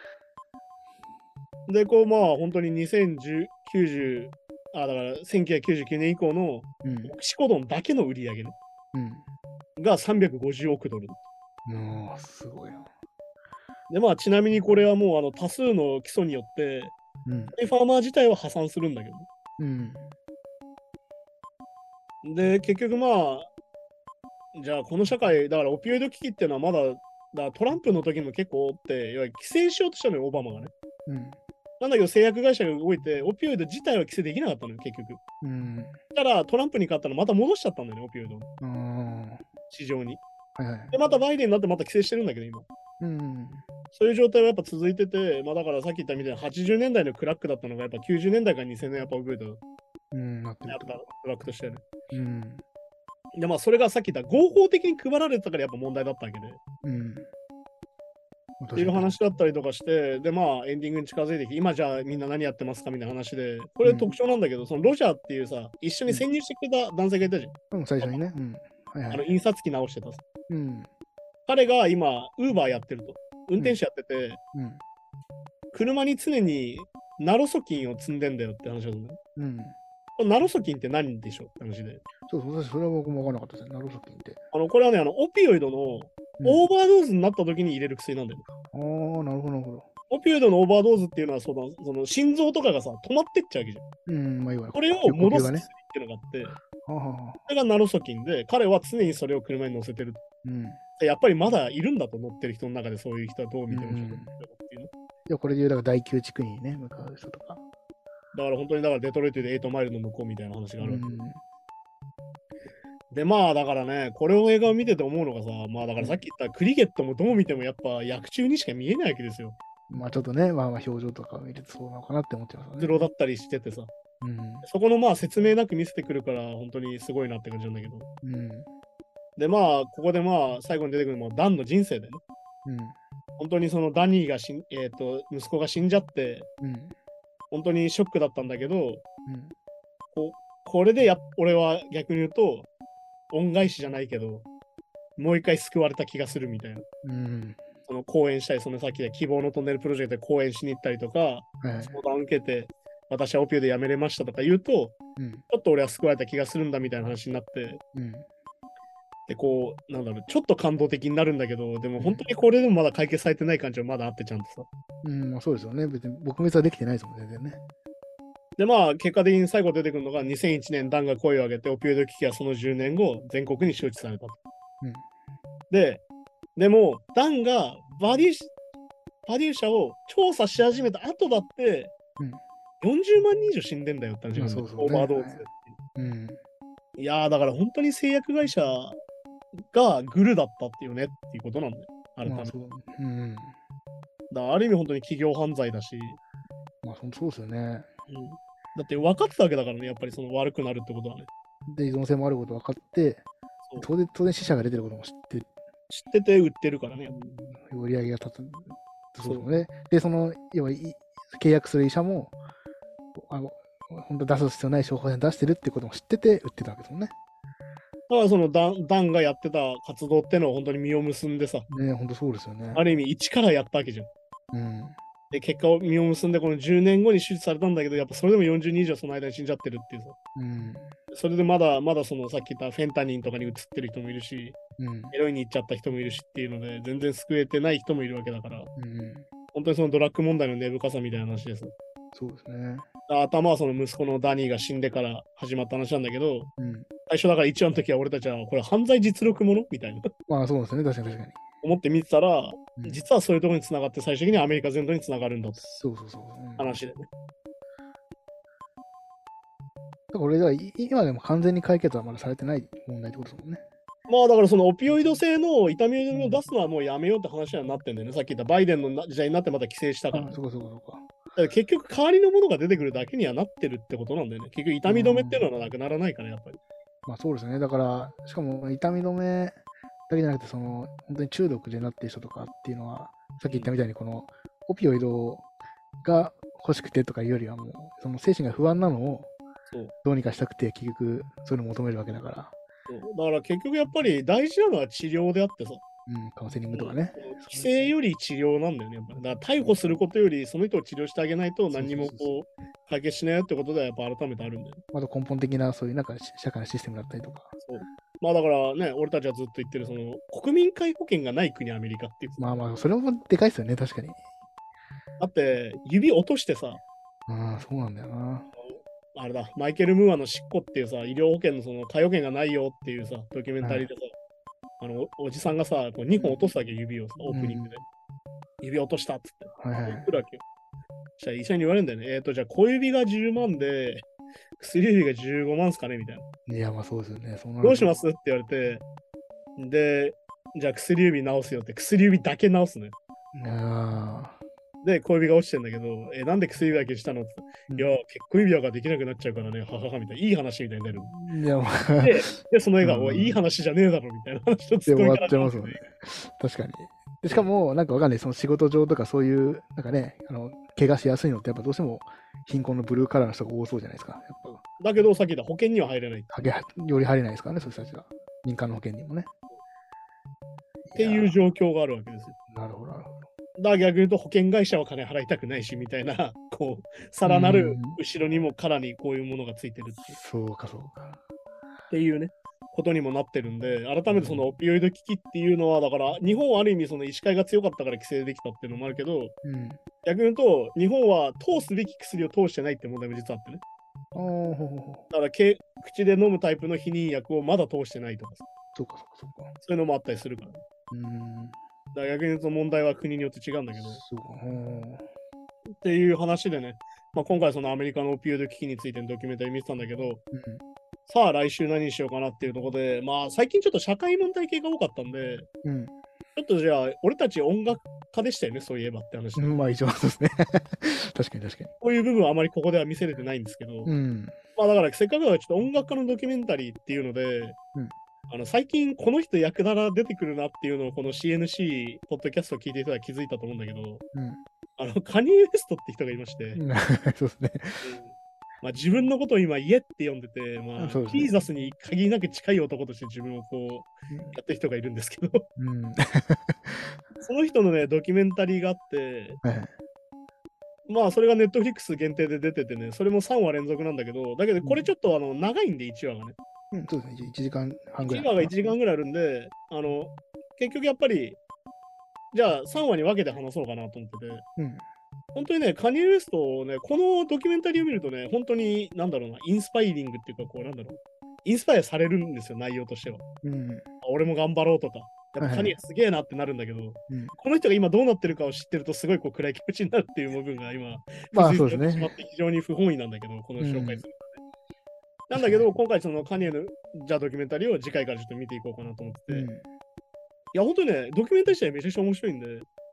で、こう、まあ、本当に1999年以降のオキシコドンだけの売り上げ、ねが350億ドル。 すごいな。 で、まあ、ちなみにこれはもう多数の起訴によって、ファーマー自体は破産するんだけど。で、結局まあ、じゃあこの社会、だからオピオイド危機っていうのはまだトランプの時も結構おって、いわゆる規制しようとしたのよ、オバマがね。なんだけど製薬会社が動いて、オピオイド自体は規制できなかったのよ、結局。だからトランプに勝ったらまた戻しちゃったんだよね、オピオイドの。市場に。で、またバイデンになってまた規制してるんだけど、今。そういう状態はやっぱ続いてて、まあだからさっき言ったみたいな80年代のクラックだったのが、やっぱ90年代から2000年やっぱオピオイド。やっぱクラックとしてね。で、まあそれがさっき言った合法的に配られてたからやっぱ問題だったわけで。っていう話だったりとかして、で、まあ、エンディングに近づいてきて、今じゃあみんな何やってますかみたいな話で、これ特徴なんだけど、そのロジャーっていうさ、一緒に潜入してくれた男性がいたじゃん。 最初にね。 印刷機直してたさ。彼が今、ウーバーやってると。運転手やってて、車に常にナロソキンを積んでんだよって話だとね。ナロソキンって何でしょうって話で。 そう、それは僕も分からなかったですね。ナロソキンって。 これはね、オピオイドのオーバードーズになった時に入れる薬なんだよ。 なるほど、なるほど。 オピオイドのオーバードーズっていうのはその心臓とかがさ、止まってっちゃうわけじゃん。 まあ、いわゆるこれを戻す薬っていうのがあって、それがナロソキンで、彼は常にそれを車に乗せてる。やっぱりまだいるんだと乗ってる人の中でそういう人はどう見てもいいっていうの。いや、これで言う、だから第9地区にね、向かう人とか。 だから本当にだからデトロイトで8マイルの向こうみたいな話があるわけ。で、まあだからね、これを映画を見てて思うのがさ、まあだからさっき言ったクリケットもどう見てもやっぱ役中にしか見えないわけですよ。 まあちょっとね、まあ表情とか見るとそうなのかなって思っちゃいますね。 ゼロだったりしててさ。そこのまあ説明なく見せてくるから本当にすごいなって感じなんだけど。でまあここでまあ最後に出てくるのはダンの人生でね。本当にそのダニーが息子が死んじゃって、本当にショックだったんだけど、これで俺は逆に言うと恩返しじゃないけど、もう一回救われた気がするみたいな。その講演したり、そのさっきで希望のトンネルプロジェクトで講演しに行ったりとか、相談を受けて、私はオピオイドやめれましたとか言うと、ちょっと俺は救われた気がするんだみたいな話になって、で、こう、なんだろう、ちょっと感動的になるんだけど、でも本当にこれでもまだ解決されてない感じはまだあって、ちゃんとさ。 まあそうですよね。別に僕別はできてないですもんね、全然ね。 で、まあ、結果的に最後出てくるのが、2001年、ダンが声を上げて、オピオイド危機はその10年後、全国に周知されたと。でも、ダンがバデュ社を調査し始めた後だって、40万人以上死んでんだよって話なんだよ、オーバードーズで。いやー、だから本当に製薬会社がグルだったっていうねっていうことなんだよ、改めて。ある意味本当に企業犯罪だし。 まあ、そうですよね。 だって分かってたわけだからね、やっぱりその悪くなるってことはね。 で、依存性もあること分かって、 当然死者が出てることも知ってて売ってるからね。 売り上げが立つ。そうね。で、要は契約する医者も、本当出す必要ない処方箋出してるってことも知ってて売ってたわけですもんね。 だからそのダンがやってた活動ってのは本当に実を結んでさ。 ね、本当そうですよね。 ある意味一からやったわけじゃん。で、結果を実を結んで、この10年後に手術されたんだけど、やっぱそれでも40人以上その間に死んじゃってるっていうさ。それでまだそのさっき言ったフェンタニンとかに移ってる人もいるし、エロイに行っちゃった人もいるしっていうので、全然救えてない人もいるわけだから、本当にそのドラッグ問題の根深さみたいな話です。 そうですね。 頭はその息子のダニーが死んでから始まった話なんだけど、最初だから1話の時は俺たちはこれ犯罪実力ものみたいな。 まあそうですね、確かに。 思って見てたら、実はそういうところにつながって最終的にアメリカ全土につながるんだと。 そう。 話でね。 だから俺は今でも完全に解決はまだされてない問題ってことですもんね。 まあだからそのオピオイド性の痛み止めを出すのはもうやめようって話にはなってんだよね。さっき言ったバイデンの時代になってまた規制したから。 そうか。 だから結局代わりのものが出てくるだけにはなってるってことなんだよね。結局痛み止めっていうのはなくならないからやっぱり。 まあそうですね。だからしかも痛み止めだけじゃなくて本当に中毒でなってる人とかっていうのはさっき言ったみたいにこのオピオイドが欲しくてとかいうよりはもうその精神が不安なのをどうにかしたくて結局そういうのを求めるわけだから。だから結局やっぱり大事なのは治療であってさ。 カウンセリングとかね。 規制より治療なんだよね。やっぱだから逮捕することよりその人を治療してあげないと何にも解決しないよってことではやっぱ改めてあるんだよね。 まだ根本的なそういうなんか社会のシステムだったりとか。 まあだからね、俺たちはずっと言ってる国民皆保険がない国アメリカっていう。 まあそれもでかいですよね、確かに。 だって指落としてさ。 そうなんだよな。 あれだ、マイケル・ムーアの執行っていうさ、医療保険の皆保険がないよっていうさ、ドキュメンタリーでさ、おじさんがさ、2本落とすわけ、指をさ、オープニングで。指落としたっつって。来るわけよ。そしたら医者に言われるんだよね。じゃあ小指が10万で、薬指が15万っすかねみたいな。 いや、まあそうですよね。 どうしますって言われて、で、じゃあ薬指直すよって、薬指だけ直すね。で、小指が落ちてんだけど、なんで薬指だけしたのって、いや、結婚指輪ができなくなっちゃうからね、はははみたいな、いい話みたいになる。で、その映画、いい話じゃねえだろみたいな話と終わっちゃいますよね。確かに。でしかも、なんかわかんない、その仕事上とかそういう、なんかね、怪我しやすいのって、やっぱどうしても貧困のブルーカラーの人が多そうじゃないですか。やっぱだけど、さっき言った保険には入れない。 より入れないですからね、そういう人たちは。民間の保険にもね。 っていう状況があるわけですよ。 なるほど。 だから逆に言うと保険会社は金払いたくないしみたいな、さらなる後ろにも殻にこういうものがついてるっていう。 そうか。 っていうね、ことにもなってるんで、改めてそのオピオイド危機っていうのは、だから日本はある意味その医師会が強かったから規制できたっていうのもあるけど、逆に言うと、日本は通すべき薬を通してないって問題も実はあってね。だから口で飲むタイプの避妊薬をまだ通してないとかさ。そういうのもあったりするから。だから逆に言うと問題は国によって違うんだけど。っていう話でね、今回そのアメリカのオピオイド危機についてのドキュメンタリー見てたんだけど、さあ来週何にしようかなっていうところで、最近ちょっと社会問題系が多かったんで、ちょっとじゃあ俺たち音楽家でしたよね、そういえばって話。 まあ一応そうですね。確かに。 こういう部分はあまりここでは見せれてないんですけど、だからせっかくだからちょっと音楽家のドキュメンタリーっていうので、最近この人役柄出てくるなっていうのをこの CNC ポッドキャストを聞いていたら気づいたと思うんだけど、カニエ・ウエストって人がいまして、 そうですね。 自分のことを今家って呼んでて、ジーザスに限りなく近い男として自分をやってる人がいるんですけど、その人のね、ドキュメンタリーがあって、それがネットフリックス限定で出ててね、それも3話連続なんだけど、だけどこれちょっと長いんで1話がね。 そうですね、1時間半ぐらい。 1話が1時間ぐらいあるんで、結局やっぱり、じゃあ3話に分けて話そうかなと思ってて、本当にね、カニエ・ウエストをね、このドキュメンタリーを見るとね、本当に、インスパイリングっていうか、インスパイアされるんですよ、内容としては。俺も頑張ろうとか、やっぱカニエすげえなってなるんだけど、この人が今どうなってるかを知ってると、すごい暗い気持ちになるっていう部分が今、 そうですね。 非常に不本意なんだけど、この紹介するなんだけど、今回そのカニエのドキュメンタリーを次回からちょっと見ていこうかなと思ってて、いや、本当にね、ドキュメンタリー自体めちゃくちゃ面白いんで、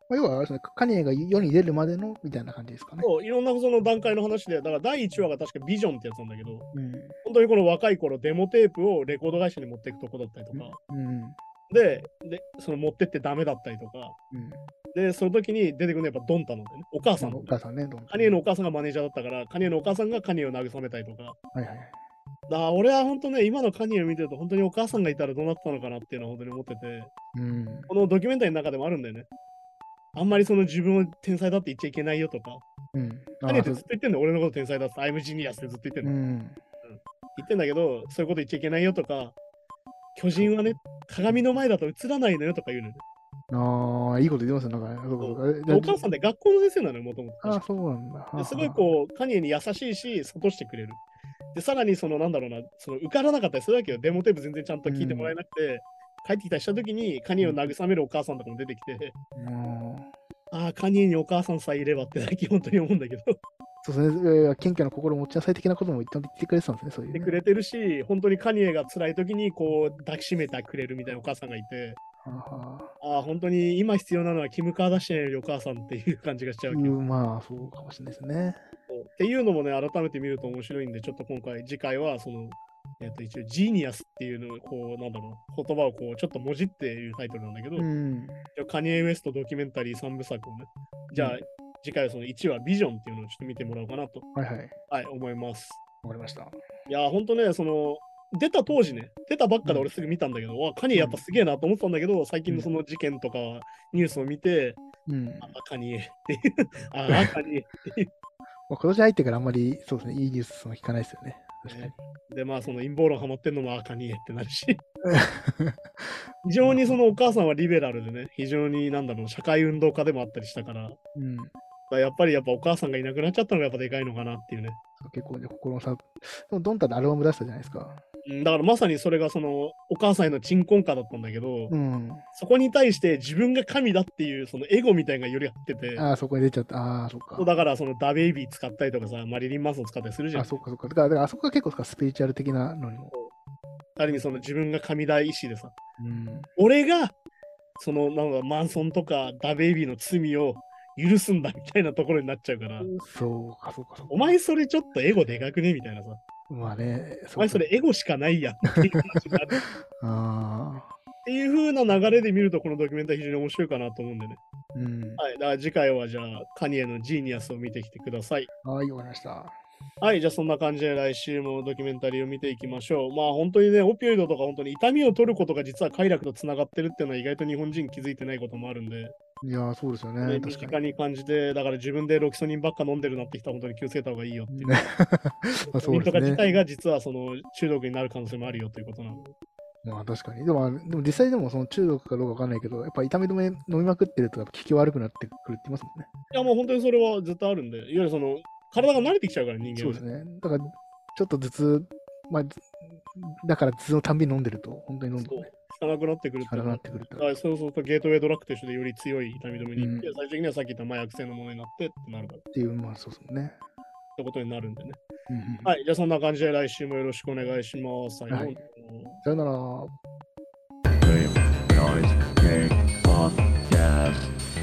要は、カニエが世に出るまでのみたいな感じですかね。 そう、いろんなその段階の話で、だから第1話が確かビジョンってやつなんだけど、本当にこの若い頃、デモテープをレコード会社に持っていくとこだったりとか、で、その持ってってダメだったりとか、で、その時に出てくるのはやっぱドンタなんだよね。お母さん。 お母さんね、 カニエのお母さんがマネージャーだったから、カニエのお母さんがカニエを慰めたりとか。だから俺は本当ね、今のカニエを見てると、本当にお母さんがいたらどうなったのかなっていうのは本当に思ってて、このドキュメンタリーの中でもあるんだよね。あんまりその自分を天才だって言っちゃいけないよとか。カニエってずっと言ってんだよ、俺のこと天才だって、アイムジニアスってずっと言ってんの。言ってんだけど、そういうこと言っちゃいけないよとか、巨人はね、鏡の前だと映らないのよとか言うのね。 いいこと言ってますね。 お母さんって学校の先生なのよ、もともと。 そうなんだ。 すごいこう、カニエに優しいし、諭してくれる。で、さらにその、なんだろうな、その受からなかったりするわけよ。デモテープ全然ちゃんと聞いてもらえなくて、帰ってきたりしたときに、カニエを慰めるお母さんとかも出てきて、ああ、カニエにお母さんさえいればってだけ本当に思うんだけど。 そうですね、謙虚な心を持ちなさい的なことも言ってくれてたんですね、そういう、 言ってくれてるし、本当にカニエが辛いときにこう抱きしめてくれるみたいなお母さんがいて、本当に今必要なのはキム・カーダシアンよりお母さんっていう感じがしちゃうけど。 まあ、そうかもしれないですね。 っていうのもね、改めて見ると面白いんで、ちょっと今回、次回はその、一応、ジーニアスっていうのを、こう、なんだろう、言葉をこう、ちょっともじっていうタイトルなんだけど、カニエ・ウエストドキュメンタリー3部作をね、じゃあ、次回はその1話、ビジョンっていうのをちょっと見てもらおうかなと、思います。 わかりました。 いや、ほんとね、その、出た当時ね、出たばっかで俺すぐ見たんだけど、カニエやっぱすげえなと思ってたんだけど、最近のその事件とかニュースを見て、カニエっていう、カニエっていう。 今年入ってからあんまりそうですね、いいニュースも聞かないですよね。確かに。 で、まあ、その陰謀論ハマってんのもカニエってなるし。非常にそのお母さんはリベラルでね、非常になんだろう、社会運動家でもあったりしたから、やっぱりお母さんがいなくなっちゃったのがやっぱでかいのかなっていうね。 結構ね、心の差。ドンタでアルバム出したじゃないですか。 だからまさにそれがそのお母さんへの鎮魂歌だったんだけど、そこに対して自分が神だっていうそのエゴみたいなのがより入ってて、 そこに出ちゃった。そっか。 だからそのダベイビー使ったりとかさ、マリリン・マンソン使ったりするじゃん。 そっか。だからあそこが結構スピリチュアル的なのにも。 ある意味その自分が神だ意志でさ、俺がそのなんかマンソンとかダベイビーの罪を許すんだみたいなところになっちゃうから、 そうか。 お前それちょっとエゴでかくねみたいなさ。 まあね、 お前それエゴしかないやんっていう話になる。っていう風な流れで見るとこのドキュメンタリー非常に面白いかなと思うんでね。はい、だから次回はじゃあカニエのジーニアスを見てきてください。 はい、わかりました。 はい、じゃあそんな感じで来週もドキュメンタリーを見ていきましょう。まあ本当にね、オピオイドとか本当に痛みを取ることが実は快楽とつながってるっていうのは意外と日本人気づいてないこともあるんで。 いや、そうですよね。 身近に感じて、だから自分でロキソニンばっか飲んでるなって人は本当に気をつけた方がいいよっていう。ロキソニンとか自体が実はその中毒になる可能性もあるよということなので。 まあ確かに。でも実際でもその中毒かどうかわかんないけど、やっぱ痛み止め飲みまくってると効き悪くなってくるって言いますもんね。 いやもう本当にそれはずっとあるんで、いわゆるその体が慣れてきちゃうから人間は。 そうですね。だからちょっと頭痛、だから頭痛のたんびに飲んでると、本当に飲んでる、ね。 効かなくなってくるって。そうするとゲートウェイドラッグと一緒でより強い痛み止めに行って、最終的にはさっき言った麻薬性のものになってってなるから。 っていう、まあそうですね。 ってことになるんでね。はい、じゃあそんな感じで来週もよろしくお願いします。さよなら。